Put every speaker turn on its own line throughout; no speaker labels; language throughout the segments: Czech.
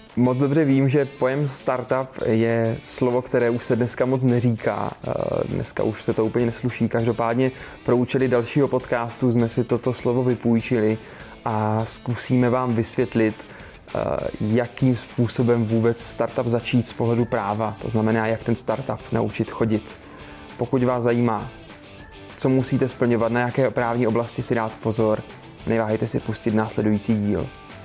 Moc dobře vím, že pojem startup je slovo, které už se dneska moc neříká. Dneska už se to úplně nesluší. Každopádně pro účely dalšího podcastu jsme si toto slovo vypůjčili a zkusíme vám vysvětlit, jakým způsobem vůbec startup začít z pohledu práva. To znamená, jak ten startup naučit chodit. Pokud vás zajímá, co musíte splňovat, na jaké právní oblasti si dát pozor, neváhejte si pustit následující díl.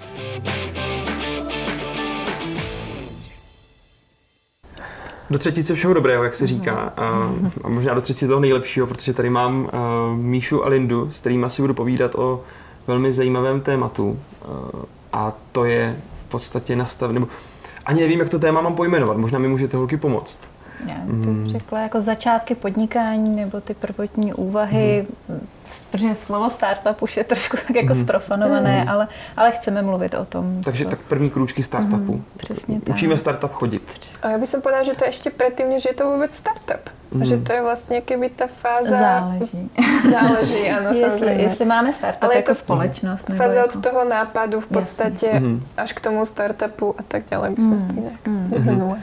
Do třetice všeho dobrého, jak se říká. A možná do třetice toho nejlepšího, protože tady mám Míšu a Lindu, s kterými si budu povídat o velmi zajímavém tématu. A to je v podstatě nebo ani nevím, jak to téma mám pojmenovat. Možná mi můžete holky pomoct.
Já bych řekla jako začátky podnikání nebo ty prvotní úvahy, protože slovo startup už je trošku tak jako zprofanované, ale chceme mluvit o tom.
Takže tak první krůčky startupu.
Přesně tak.
Učíme startup chodit.
A já bych povedala, že to je ještě předtím, než je to vůbec startup. Že to je vlastně keby ta fáza... Záleží, ano, samozřejmě.
Jestli máme startup ale jako společnost.
Fáze jako... od toho nápadu v podstatě až k tomu startupu a tak dále by se to jinak vyhrnula.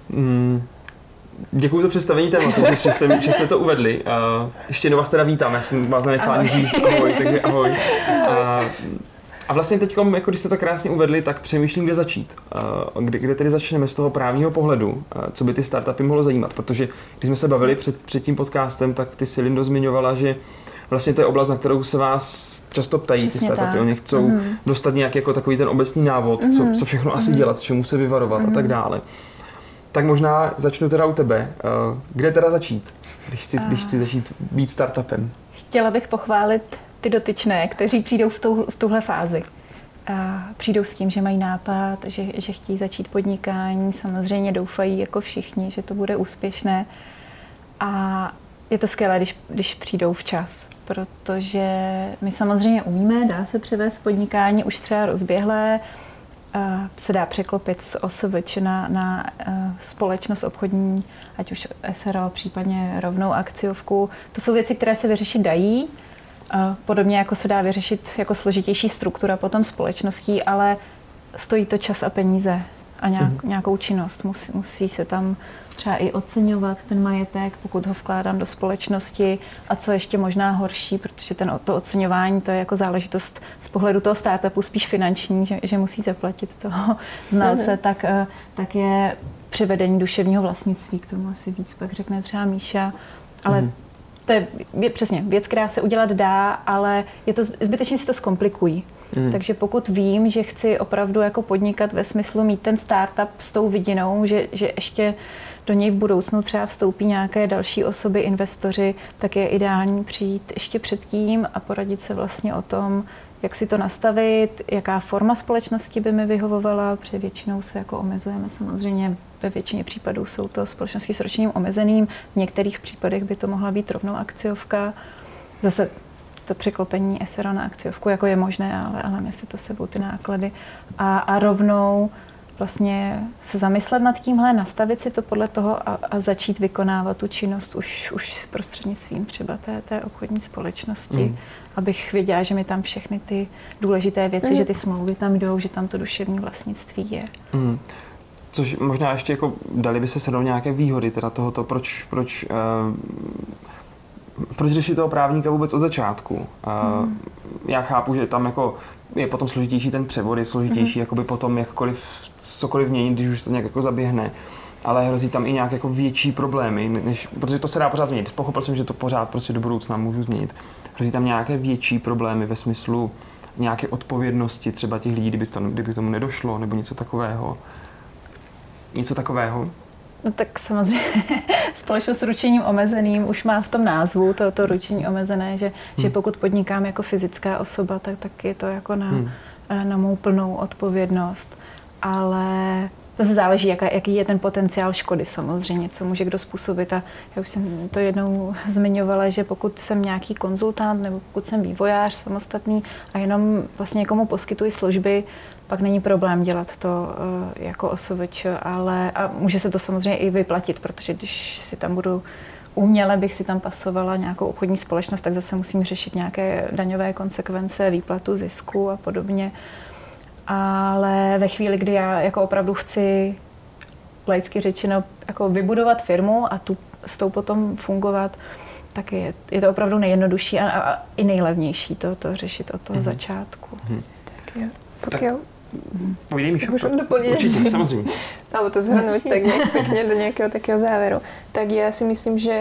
Děkuji za představení tématu, že jste to uvedli. Ještě jednou vás teda vítám, já jsem vás nenechal říct ahoj, takže ahoj. A vlastně teď, jako když jste to krásně uvedli, tak přemýšlím, kde začít. Kde tedy začneme z toho právního pohledu, co by ty startupy mohlo zajímat. Protože když jsme se bavili před tím podcastem, tak ty si, Lindo, zmiňovala, že vlastně to je oblast, na kterou se vás často ptají ty startupy. Oni chcou dostat nějaký jako takový ten obecný návod, co všechno asi dělat, čemu se vyvarovat a tak dále. Tak možná začnu teda u tebe. Kde teda začít, když chci začít být startupem?
Chtěla bych pochválit ty dotyčné, kteří přijdou v tuhle fázi. Přijdou s tím, že mají nápad, že chtějí začít podnikání, samozřejmě doufají jako všichni, že to bude úspěšné. A je to skvělé, když přijdou včas, protože my samozřejmě umíme, dá se převést podnikání už třeba rozběhlé, se dá překlopit z OSVČ na společnost obchodní, ať už SRO, případně rovnou akciovku. To jsou věci, které se vyřešit dají. Podobně jako se dá vyřešit jako složitější struktura potom společností, ale stojí to čas a peníze a nějakou činnost. Musí se tam třeba i oceňovat ten majetek, pokud ho vkládám do společnosti a co ještě možná horší, protože to oceňování to je jako záležitost z pohledu toho startupu spíš finanční, že musí zaplatit toho znalce, tak je převedení duševního vlastnictví, k tomu asi víc pak řekne třeba Míša, ale to je přesně věc, která se udělat dá, ale zbytečně si to zkomplikují. Takže pokud vím, že chci opravdu jako podnikat ve smyslu mít ten startup s tou vidinou, že ještě do něj v budoucnu třeba vstoupí nějaké další osoby, investoři, tak je ideální přijít ještě předtím a poradit se vlastně o tom, jak si to nastavit, jaká forma společnosti by mi vyhovovala, protože většinou se jako omezujeme samozřejmě, ve většině případů jsou to společnosti s ročním omezeným, v některých případech by to mohla být rovnou akciovka. Zase to překlopení SRO na akciovku jako je možné, ale nese to sebou ty náklady. A rovnou vlastně se zamyslet nad tímhle, nastavit si to podle toho a začít vykonávat tu činnost už prostřednictvím třeba té obchodní společnosti, abych věděla, že mi tam všechny ty důležité věci, že ty smlouvy tam jdou, že tam to duševní vlastnictví je.
Což možná ještě jako dali by se shrnout nějaké výhody teda tohoto, proč řešit toho právníka vůbec od začátku. Já chápu, že tam jako je potom složitější ten převod, je složitější jakoby potom jakkoliv cokoliv měnit, když už to nějak jako zaběhne, ale hrozí tam i nějaké jako větší problémy, protože to se dá pořád změnit. Pochopil jsem, že to pořád prostě do budoucna můžu změnit. Hrozí tam nějaké větší problémy ve smyslu nějaké odpovědnosti třeba těch lidí, kdyby tomu nedošlo, nebo něco takového.
No tak samozřejmě společnost s ručením omezeným už má v tom názvu to ručení omezené, že pokud podnikám jako fyzická osoba, tak je to jako na mou plnou odpovědnost. Ale zase záleží, jaký je ten potenciál škody samozřejmě, co může kdo způsobit. A já už jsem to jednou zmiňovala, že pokud jsem nějaký konzultant nebo pokud jsem vývojář samostatný a jenom vlastně někomu poskytuji služby, pak není problém dělat to jako OSVČ, ale a může se to samozřejmě i vyplatit, protože když si tam budu uměle bych si tam pasovala nějakou obchodní společnost, tak zase musím řešit nějaké daňové konsekvence, výplatu zisku a podobně. ale ve chvíli, kdy já jako opravdu chci laicky řečeno jako vybudovat firmu a s tou potom fungovat, tak je to opravdu nejjednodušší a i nejlevnější to řešit od toho začátku.
Tak jo. Pokiaľ...
Povídej, Míšo.
Môžem doplniť?
Určite, samozrejme.
Alebo to zhrnúť tak nejak pekne do nejakého takého záveru. Tak ja si myslím, že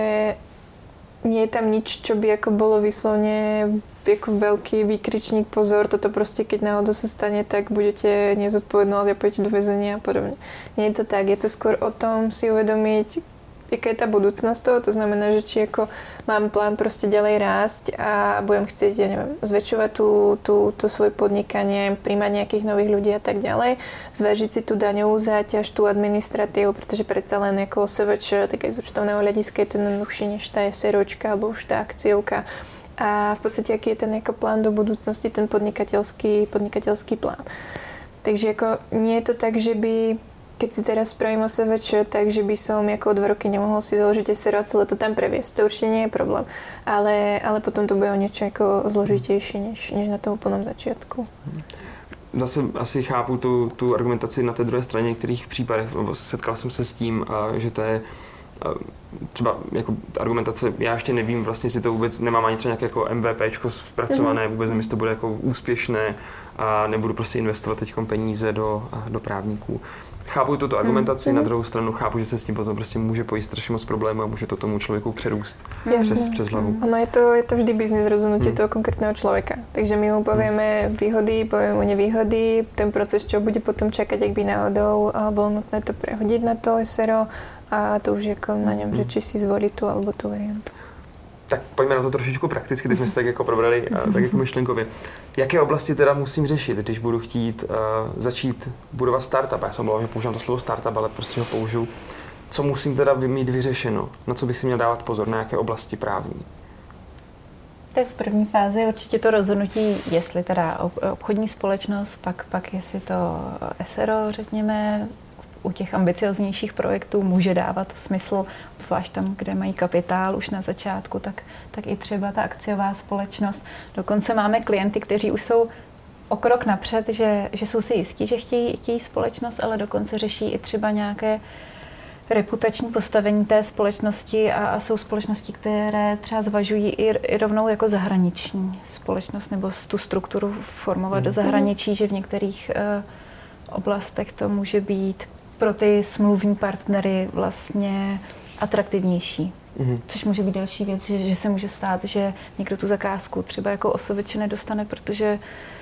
nie je tam nič, čo by ako bolo vyslovne ako veľký výkričník pozor, toto proste keď náhodou sa stane, tak budete nezodpovednosť a pôjdete do väzenia a podobne. Nie je to tak, je to skôr o tom si uvedomiť, jaká je tá budúcnosť toho, to znamená, že či ako mám plán proste ďalej rásť a budem chcieť, ja neviem, zväčšovať to svoje podnikanie, príjmať nejakých nových ľudí a tak ďalej, zvážiť si tú daňovú záťaž, tú administratívu, pretože predsa len ako OSVČ, tak aj z účtovného hľadiska je to jednoduchšie než tá SROčka alebo už tá akciovka. A v podstate, aký je ten ako plán do budúcnosti, ten podnikateľský plán. Takže ako nie je to tak, že by keď si teraz spravím OSVČ, takže by som ako o 2 roky nemohol si založiť SRO a celé to tam previesť. To určite nie je problém. Ale potom to bude o niečo ako zložitejšie, než na tom úplnom začiatku.
Zase asi chápu tu argumentaci na té druhé straně, v některých případech. Setkal jsem se s tím, že to je třeba jako argumentace, já ještě nevím vlastně, si to vůbec, nemám ani třeba nějaké jako MVPčko zpracované, vůbec nevím, jestli to bude jako úspěšné a nebudu prostě investovat teď peníze do právníků. Chápu tuto argumentaci, na druhou stranu chápu, že se s tím potom prostě může pojít strašně moc problémů a může to tomu člověku přerůst přes hlavu.
Ono je to vždy biznis rozhodnutie toho konkrétneho človeka. Takže my mu povieme výhody, povieme mu nevýhody, ten proces, čo bude potom čakať, ak by náhodou bolo nutné to prehodiť na to SRO a to už je jako na něm, že či si zvolí tu alebo tu variantu.
Tak pojďme na to trošičku prakticky, teď jsme se tak jako probrali tak jako myšlenkově. Jaké oblasti teda musím řešit, když budu chtít začít budovat startup? Já jsem že používám to slovo startup, ale prostě ho použiju. Co musím teda mít vyřešeno? Na co bych si měl dávat pozor? Na jaké oblasti právní?
Tak v první fázi je určitě to rozhodnutí, jestli teda obchodní společnost, pak jestli to SRO, řekněme, u těch ambicioznějších projektů může dávat smysl, zvlášť tam, kde mají kapitál už na začátku, tak i třeba ta akciová společnost. Dokonce máme klienty, kteří už jsou o krok napřed, že jsou si jistí, že chtějí společnost, ale dokonce řeší i třeba nějaké reputační postavení té společnosti a jsou společnosti, které třeba zvažují i rovnou jako zahraniční společnost nebo tu strukturu formovat do zahraničí, že v některých oblastech to může být pro ty smluvní partnery vlastně atraktivnější. Což může být další věc, že se může stát, že někdo tu zakázku třeba jako OSVČ nedostane, protože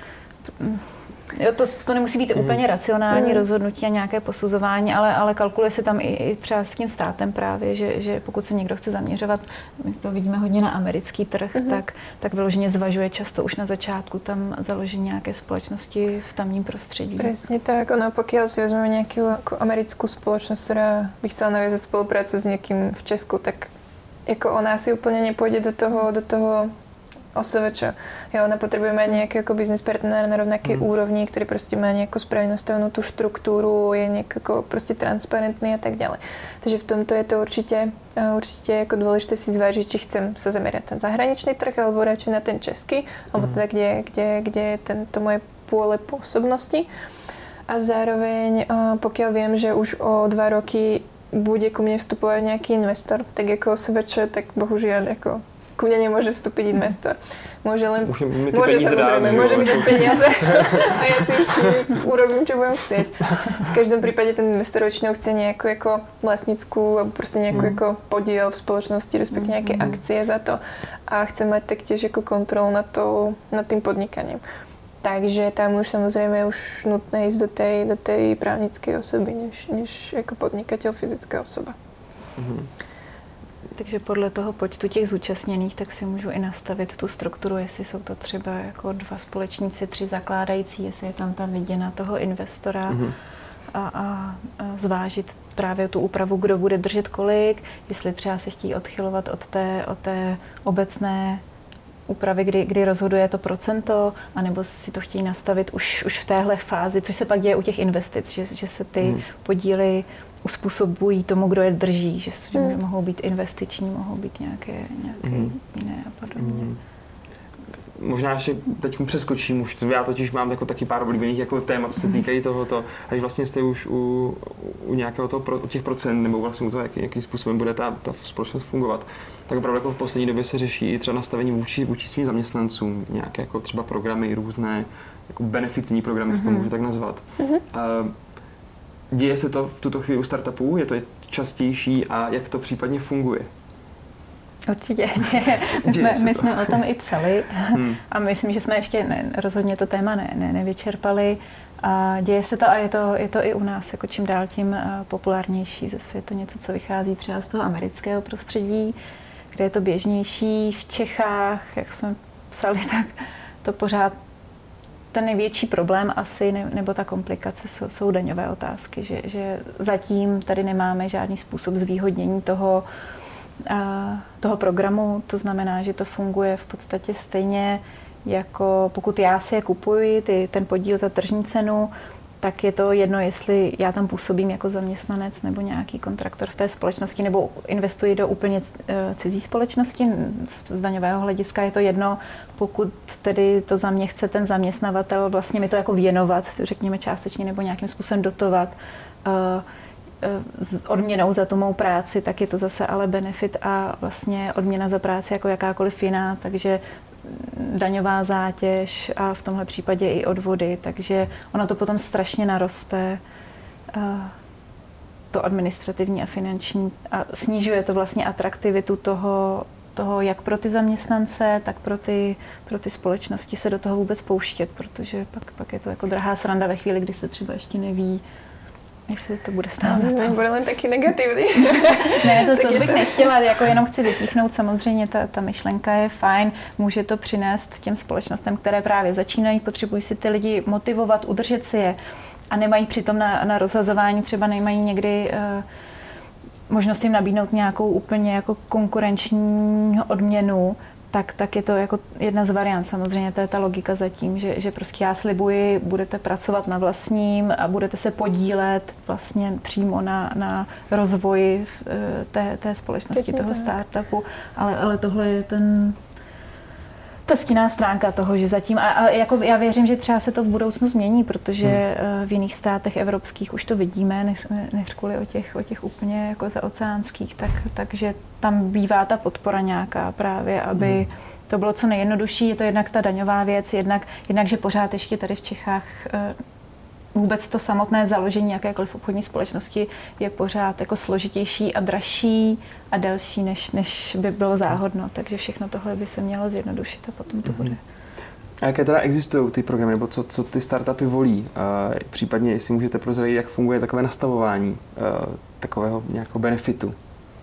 jo, to nemusí být úplně racionální rozhodnutí a nějaké posuzování, ale kalkuluje se tam i třeba s tím státem právě, že pokud se někdo chce zaměřovat, my to vidíme hodně na americký trh, tak vyloženě zvažuje často už na začátku tam založení nějaké společnosti v tamním prostředí.
Presne tak, pokiaľ si vezmeme nejakú ako americkú spoločnosť, ktorá by chcela naviazať spoluprácu s niekým v Česku, tak ako ona asi úplne nepôjde do toho OSVČ. Jo, ona potrebuje mať nejaký ako business partner na rovnakej úrovni, ktorý proste má nejako správne nastavenú tú štruktúru, je nejako proste transparentný a tak ďalej. Takže v tomto je to určite ako dôležité si zvážiť, či chcem sa zamerať na zahraničný trh alebo radšej na ten český, alebo teda kde je to moje pôle pôsobnosti. A zároveň, pokiaľ viem, že už o 2 roky bude ku mne vstupovať nejaký investor, tak ako OSVČ, tak bohužiaľ ako ku mne nemôže vstúpiť investor. Môže mi dať peniaze a ja si už s nimi urobím, čo budem chcieť. V každom prípade ten investor väčšinou chce nejakú ako vlastnickú alebo proste nejakú ako podiel v spoločnosti, respektíve nejaké akcie za to a chce mať taktiež ako kontrolu nad tým podnikaním. Takže tam už samozrejme už nutné ísť do tej právnickej osoby, než ako podnikateľ fyzická osoba.
Takže podle toho počtu těch zúčastněných, tak si můžu i nastavit tu strukturu, jestli jsou to třeba jako 2 společníci, 3 zakládající, jestli je tam ta viděna toho investora a zvážit právě tu úpravu, kdo bude držet kolik, jestli třeba se chtějí odchylovat od té obecné úpravy, kdy rozhoduje to procento, anebo si to chtějí nastavit už v téhle fázi, což se pak děje u těch investic, že se ty podíly uspůsobují tomu, kdo je drží, že mohou být investiční, mohou být nějaké jiné a podobně.
možná ještě teď přeskočím, už já totiž mám jako taky pár oblíbených jako témat, co se týkají tohoto, až vlastně jste už u nějakého toho, u těch procent, nebo vlastně u toho, jakým způsobem bude ta společnost fungovat, tak opravdu jako v poslední době se řeší třeba nastavení vůči svým zaměstnancům, nějaké jako třeba programy různé, jako benefitní programy, to můžu tak nazvat. Děje se to v tuto chvíli u startupů? Je to častější a jak to případně funguje?
Určitě. My jsme o tom i psali a myslím, že jsme ještě rozhodně to téma nevyčerpali. A děje se to a je to i u nás jako čím dál tím populárnější. Zase je to něco, co vychází třeba z toho amerického prostředí, kde je to běžnější. V Čechách, jak jsme psali, tak to pořád ten největší problém asi, nebo ta komplikace jsou daňové otázky, že zatím tady nemáme žádný způsob zvýhodnění toho programu, to znamená, že to funguje v podstatě stejně, jako pokud já si je kupuji, ten podíl za tržní cenu, tak je to jedno, jestli já tam působím jako zaměstnanec nebo nějaký kontraktor v té společnosti, nebo investuji do úplně cizí společnosti. Z daňového hlediska je to jedno, pokud tedy to za mě chce ten zaměstnavatel vlastně mi to jako věnovat, řekněme částečně nebo nějakým způsobem dotovat odměnou za tu mou práci, tak je to zase ale benefit a vlastně odměna za práci jako jakákoliv jiná, takže daňová zátěž a v tomhle případě i odvody, takže ono to potom strašně naroste, to administrativní a finanční a snižuje to vlastně atraktivitu toho jak pro ty zaměstnance, tak pro ty společnosti se do toho vůbec pouštět, protože pak je to jako drahá sranda ve chvíli, kdy se třeba ještě neví, jestli to bude stát za to.
Nebude len taky negativní.
Ne, to bych nechtěla, jako jenom chci vypíchnout, samozřejmě ta myšlenka je fajn, může to přinést těm společnostem, které právě začínají, potřebují si ty lidi motivovat, udržet si je a nemají přitom na rozhazování, třeba nemají někdy možnost jim nabídnout nějakou úplně jako konkurenční odměnu, tak je to jako jedna z variant. Samozřejmě to je ta logika zatím, že prostě já slibuji, budete pracovat na vlastním a budete se podílet vlastně přímo na rozvoji té společnosti, toho startupu. Ale tohle je ta stinná stránka toho, že zatím, a jako já věřím, že třeba se to v budoucnu změní, protože v jiných státech evropských už to vidíme, než kvůli o těch úplně jako zaoceánských, takže tam bývá ta podpora nějaká právě, aby to bylo co nejjednodušší. Je to jednak ta daňová věc, jednak že pořád ještě tady v Čechách vůbec to samotné založení jakékoliv obchodní společnosti je pořád jako složitější a dražší a delší, než by bylo záhodno. Takže všechno tohle by se mělo zjednodušit a potom to bude.
A jaké teda existují ty programy, nebo co ty startupy volí? Případně, jestli můžete prozradit, jak funguje takové nastavování takového nějakého benefitu?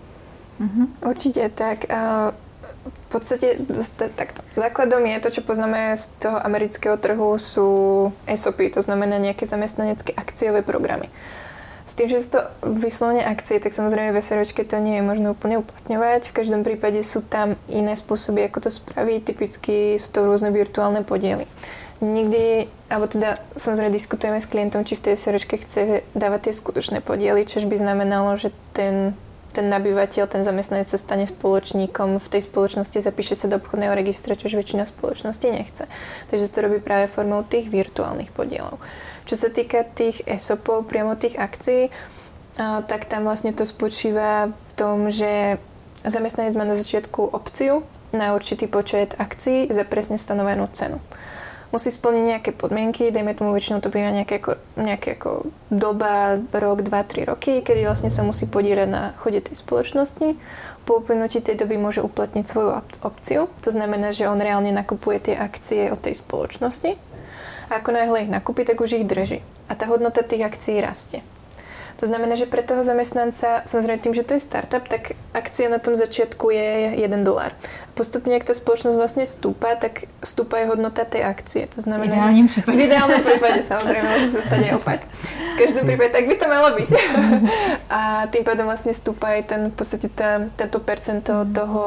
Určite, tak v podstate takto. Základom je to, čo poznáme z toho amerického trhu, sú SOP, to znamená nejaké zamestnanecké akciové programy. S tým, že sú to vyslovene akcie, tak samozrejme v SROčke to nie je možno úplne uplatňovať. V každom prípade sú tam iné spôsoby, ako to spraviť. Typicky sú to rôzne virtuálne podiely. Nikdy, alebo teda samozrejme diskutujeme s klientom, či v tej SROčke chce dávať tie skutočné podiely, čož by znamenalo, že ten nabývateľ, ten zamestnanec sa stane spoločníkom v tej spoločnosti, zapíše sa do obchodného registra, čož väčšina spoločností nechce. Takže to robí práve formou tých virtuálnych podielov. Čo sa týka tých ESOPov, priamo tých akcií, tak tam vlastne to spočíva v tom, že zamestnanec má na začiatku opciu na určitý počet akcií za presne stanovenú cenu. Musí splniť nejaké podmienky, dajme tomu väčšinou to býva nejaké ako doba, rok, 2-3 roky, kedy vlastne sa musí podieľať na chode tej spoločnosti. Po uplynutí tej doby môže uplatniť svoju opciu, to znamená, že on reálne nakupuje tie akcie od tej spoločnosti a ako náhle ich nakúpi, tak už ich drží. A tá hodnota tých akcií rastie. To znamená, že pre toho zamestnanca, samozrejme tým, že to je startup, tak akcia na tom začiatku je $1. Postupne, ak tá spoločnosť vlastne stúpa, tak stúpa aj hodnota tej akcie. To znamená, v ideálnom prípade samozrejme môže sa stať aj opak. V každom prípade tak by to malo byť. A tým pádom vlastne stúpa aj v podstate tento percento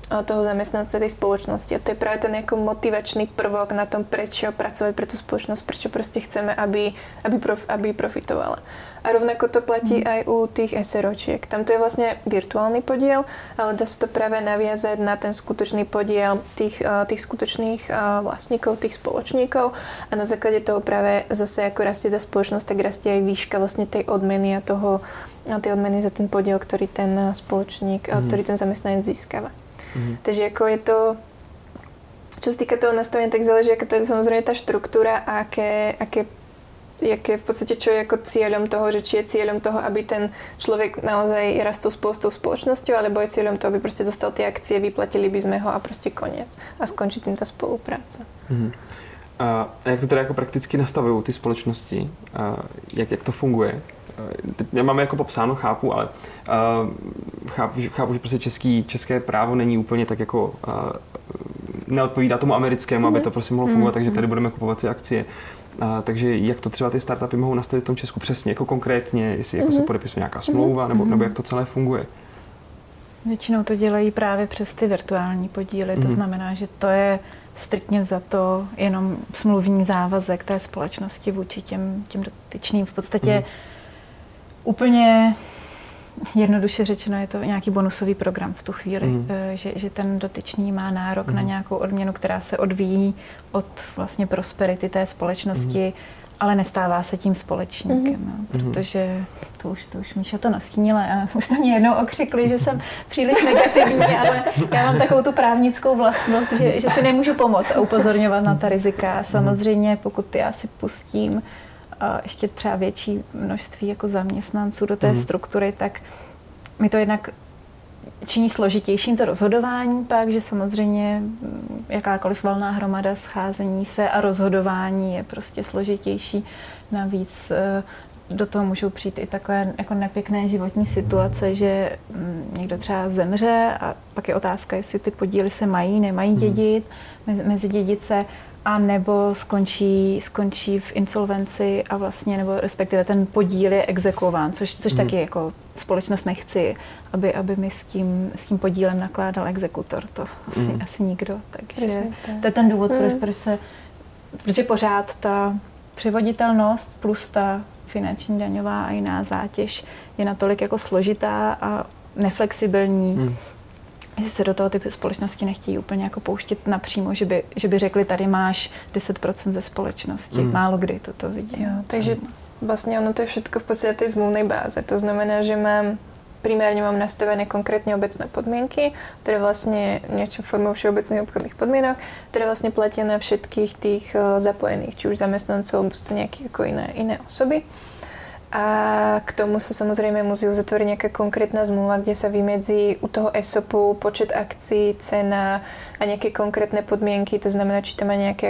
toho zamestnanca tej spoločnosti. A to je práve ten ako motivačný prvok na tom, prečo pracovať pre tú spoločnosť, prečo proste chceme, aby profitovala. A rovnako to platí aj u tých SROčiek. Tam to je vlastne virtuálny podiel, ale dá sa to práve naviazať na ten skutočný podiel tých skutočných vlastníkov, tých spoločníkov a na základe toho práve zase ako rastie tá spoločnosť, tak rastie aj výška vlastne tej odmeny a tej odmeny za ten podiel, ktorý ten spoločník, ktorý ten zamestnanec získava. Takže ako je to, čo sa týka toho nastavenia, tak záleží, aká to je samozrejme tá štruktúra a aké v podstate, čo je ako cieľom toho, že či je cieľom toho, aby ten človek naozaj rastol spolu s tou spoločnosťou, alebo je cieľom toho, aby proste dostal tie akcie, vyplatili by sme ho a proste koniec. A skončí tým tá spolupráca.
A jak to teda jako prakticky nastavují ty společnosti? Jak to funguje? Máme jako popsáno, chápu, ale chápu, že prostě české právo není úplně tak jako neodpovídá tomu americkému, aby to prostě mohlo fungovat, takže tady budeme kupovat si akcie. Takže jak to třeba ty startupy mohou nastavit v tom Česku přesně, jako konkrétně, jestli jako se podepisuje nějaká smlouva, nebo jak to celé funguje?
Většinou to dělají právě přes ty virtuální podíly, to znamená, že to je striktně vzato jenom smluvní závazek té společnosti vůči těm dotyčným. V podstatě úplně jednoduše řečeno je to nějaký bonusový program v tu chvíli, že ten dotyčný má nárok na nějakou odměnu, která se odvíjí od vlastně prosperity té společnosti, ale nestává se tím společníkem, protože to už Míša to nastínila a už jste mě jednou okřikli, že jsem příliš negativní, ale já mám takovou tu právnickou vlastnost, že si nemůžu pomoct a upozorňovat na ta rizika. Samozřejmě, pokud já si pustím ještě třeba větší množství jako zaměstnanců do té struktury, tak mi to jednak činí složitějším to rozhodování pak, že samozřejmě jakákoliv valná hromada scházení se a rozhodování je prostě složitější. Navíc do toho můžou přijít i takové jako nepěkné životní situace, že někdo třeba zemře a pak je otázka, jestli ty podíly se mají, nemají dědit mezi dědice, a nebo skončí v insolvenci a vlastně, nebo respektive ten podíl je exekuován, což taky jako společnost nechci, aby mi s tím podílem nakládal exekutor, to asi nikdo. Takže to je ten důvod, protože pořád ta převoditelnost plus ta finanční, daňová a jiná zátěž je natolik jako složitá a neflexibilní, že se do toho ty společnosti nechtějí úplně jako pouštět napřímo, že by řekli, tady máš 10% ze společnosti. Málo kdy toto vidím.
Jo, takže vlastně ono to je všetko v podstatě tej zmluvnej báze. To znamená, že primárne mám nastavené konkrétne obecné podmienky, ktoré vlastne niečo formou všeobecných obchodných podmienok, ktoré vlastne platia na všetkých tých zapojených, či už zamestnancov, alebo to nejaké ako iné osoby. A k tomu sa samozrejme musí uzatvoriť nejaká konkrétna zmluva, kde sa vymedzí u toho ESOPu počet akcií, cena a nejaké konkrétne podmienky. To znamená, či tam má nejaké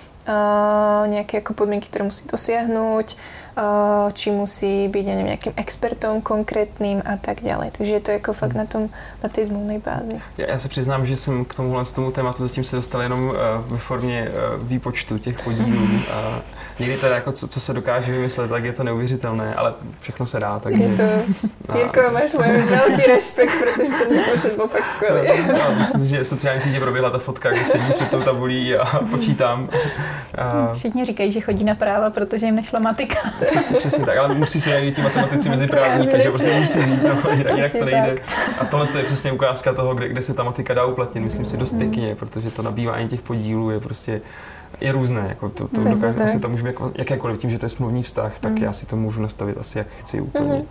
ako podmienky, ktoré musí dosiahnuť, či musí byť nejakým expertom konkrétnym a tak ďalej. Takže je to jako fakt na té zmluvnej bázi.
Já se přiznám, že jsem k tomu tématu zatím se dostal jenom ve formě výpočtu těch podílů. Někdy to je jako, co se dokáže vymyslet, tak je to neuvěřitelné, ale všechno se dá. Takže...
Je to... Jirko, máš můj velký respekt, protože ten výpočet byl fakt skvělý.
Myslím si, že sociální sítě proběhla ta fotka, když sedím před tou tabulí a počítám.
Všichni říkají, že chodí na práva, protože jim nešla matika.
Přesně tak, ale musí se najít ti matematici mezi právníky, že prostě musí být, jinak to nejde. A tohle je přesně ukázka toho, kde se ta matika dá uplatnit, myslím si dost pěkně, protože to nabývání těch podílů je prostě je různé, jako to dokáže, asi to můžeme jako, jakékoliv, tím, že to je smluvní vztah, tak já si to můžu nastavit asi jak chci úplně.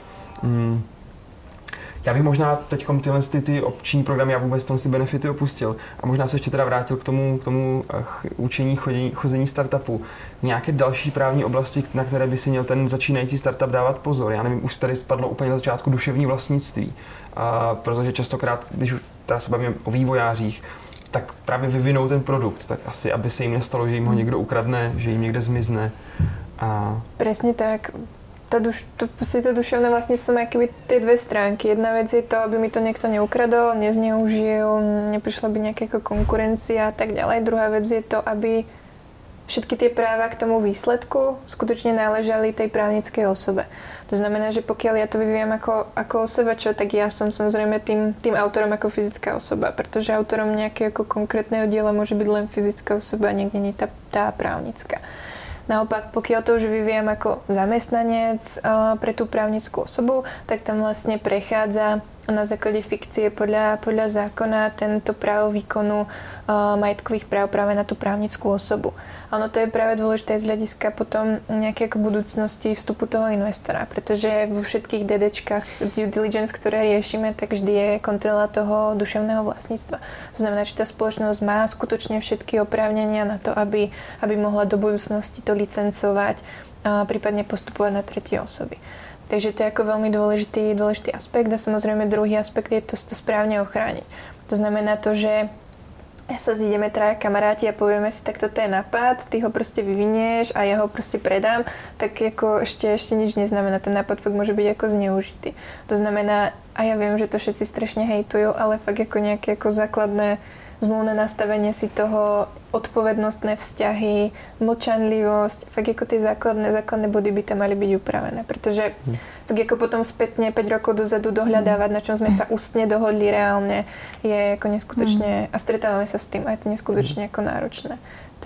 Já bych možná teď ty opční programy, já vůbec ty benefity opustil a možná se ještě teda vrátil k tomu učení chození startupu. Nějaké další právní oblasti, na které by si měl ten začínající startup dávat pozor? Já nevím, už tady spadlo úplně na začátku duševní vlastnictví, protože častokrát, když teda se bavíme o vývojářích, tak právě vyvinou ten produkt, tak asi, aby se jim nestalo, že jim ho někdo ukradne, že jim někde zmizne.
Presne tak. To duševné vlastníctvo má akoby tie dve stránky. Jedna vec je to, aby mi to niekto neukradol, nezneužil, neprišla by nejaká konkurencia a tak ďalej. Druhá vec je to, aby všetky tie práva k tomu výsledku skutočne náležali tej právnickej osobe. To znamená, že pokiaľ ja to vyvíjam ako OSVČ, tak ja som samozrejme tým autorom ako fyzická osoba, pretože autorom nejakého ako konkrétneho diela môže byť len fyzická osoba a niekde nie tá právnická. Naopak, pokiaľ to už vyvíjam ako zamestnanec pre tú právnickú osobu, tak tam vlastne prechádza na základe fikcie podľa zákona tento právo výkonu majetkových práv práve na tú právnickú osobu. Ono to je práve dôležité z hľadiska potom nejaké ako budúcnosti vstupu toho investora, pretože vo všetkých DDčkách due diligence, ktoré riešime, tak vždy je kontrola toho duševného vlastníctva. To znamená, že tá spoločnosť má skutočne všetky oprávnenia na to, aby mohla do budúcnosti to licencovať a prípadne postupovať na tretie osoby. Takže to je ako veľmi dôležitý aspekt a samozrejme druhý aspekt je to správne ochrániť. To znamená to, že sa zídeme traja kamaráti a povieme si, tak toto je nápad, ty ho proste vyvinieš a ja ho proste predám, tak ako ešte nič neznamená. Ten nápad fakt môže byť ako zneužitý. To znamená, a ja viem, že to všetci strašne hejtujú, ale fakt ako nejaké ako základné zmluvné nastavenie si toho, odpovednostné vzťahy, mlčanlivosť, fakt ako tie základné body by tam mali byť upravené, pretože fakt ako potom spätne 5 rokov dozadu dohľadávať, na čom sme sa ústne dohodli reálne, je ako neskutočne, a stretávame sa s tým a je to neskutočne ako náročné.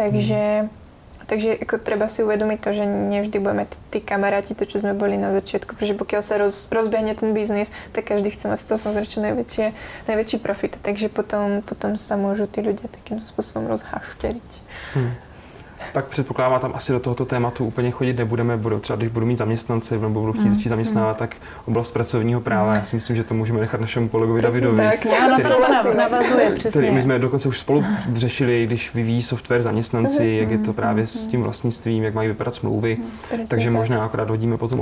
Takže ako treba si uvedomiť to, že nevždy budeme tí kamaráti, to čo sme boli na začiatku, pretože pokiaľ sa rozbehne ten biznis, tak každý chce mať z toho samozrejme čo najväčší profit. Takže potom sa môžu tí ľudia takým spôsobom rozhašteriť.
Tak předpokládám, tam asi do tohoto tématu úplně chodit nebudeme, třeba když budu mít zaměstnance nebo budu chtít začít zaměstnávat, tak oblast pracovního práva, já si myslím, že to můžeme nechat našemu kolegovi Davidovi.
Tak, to navazuje, přesně.
My jsme dokonce už spolu řešili, když vyvíjí software zaměstnanci, jak je to právě s tím vlastnictvím, jak mají vypadat smlouvy, takže možná akorát hodíme potom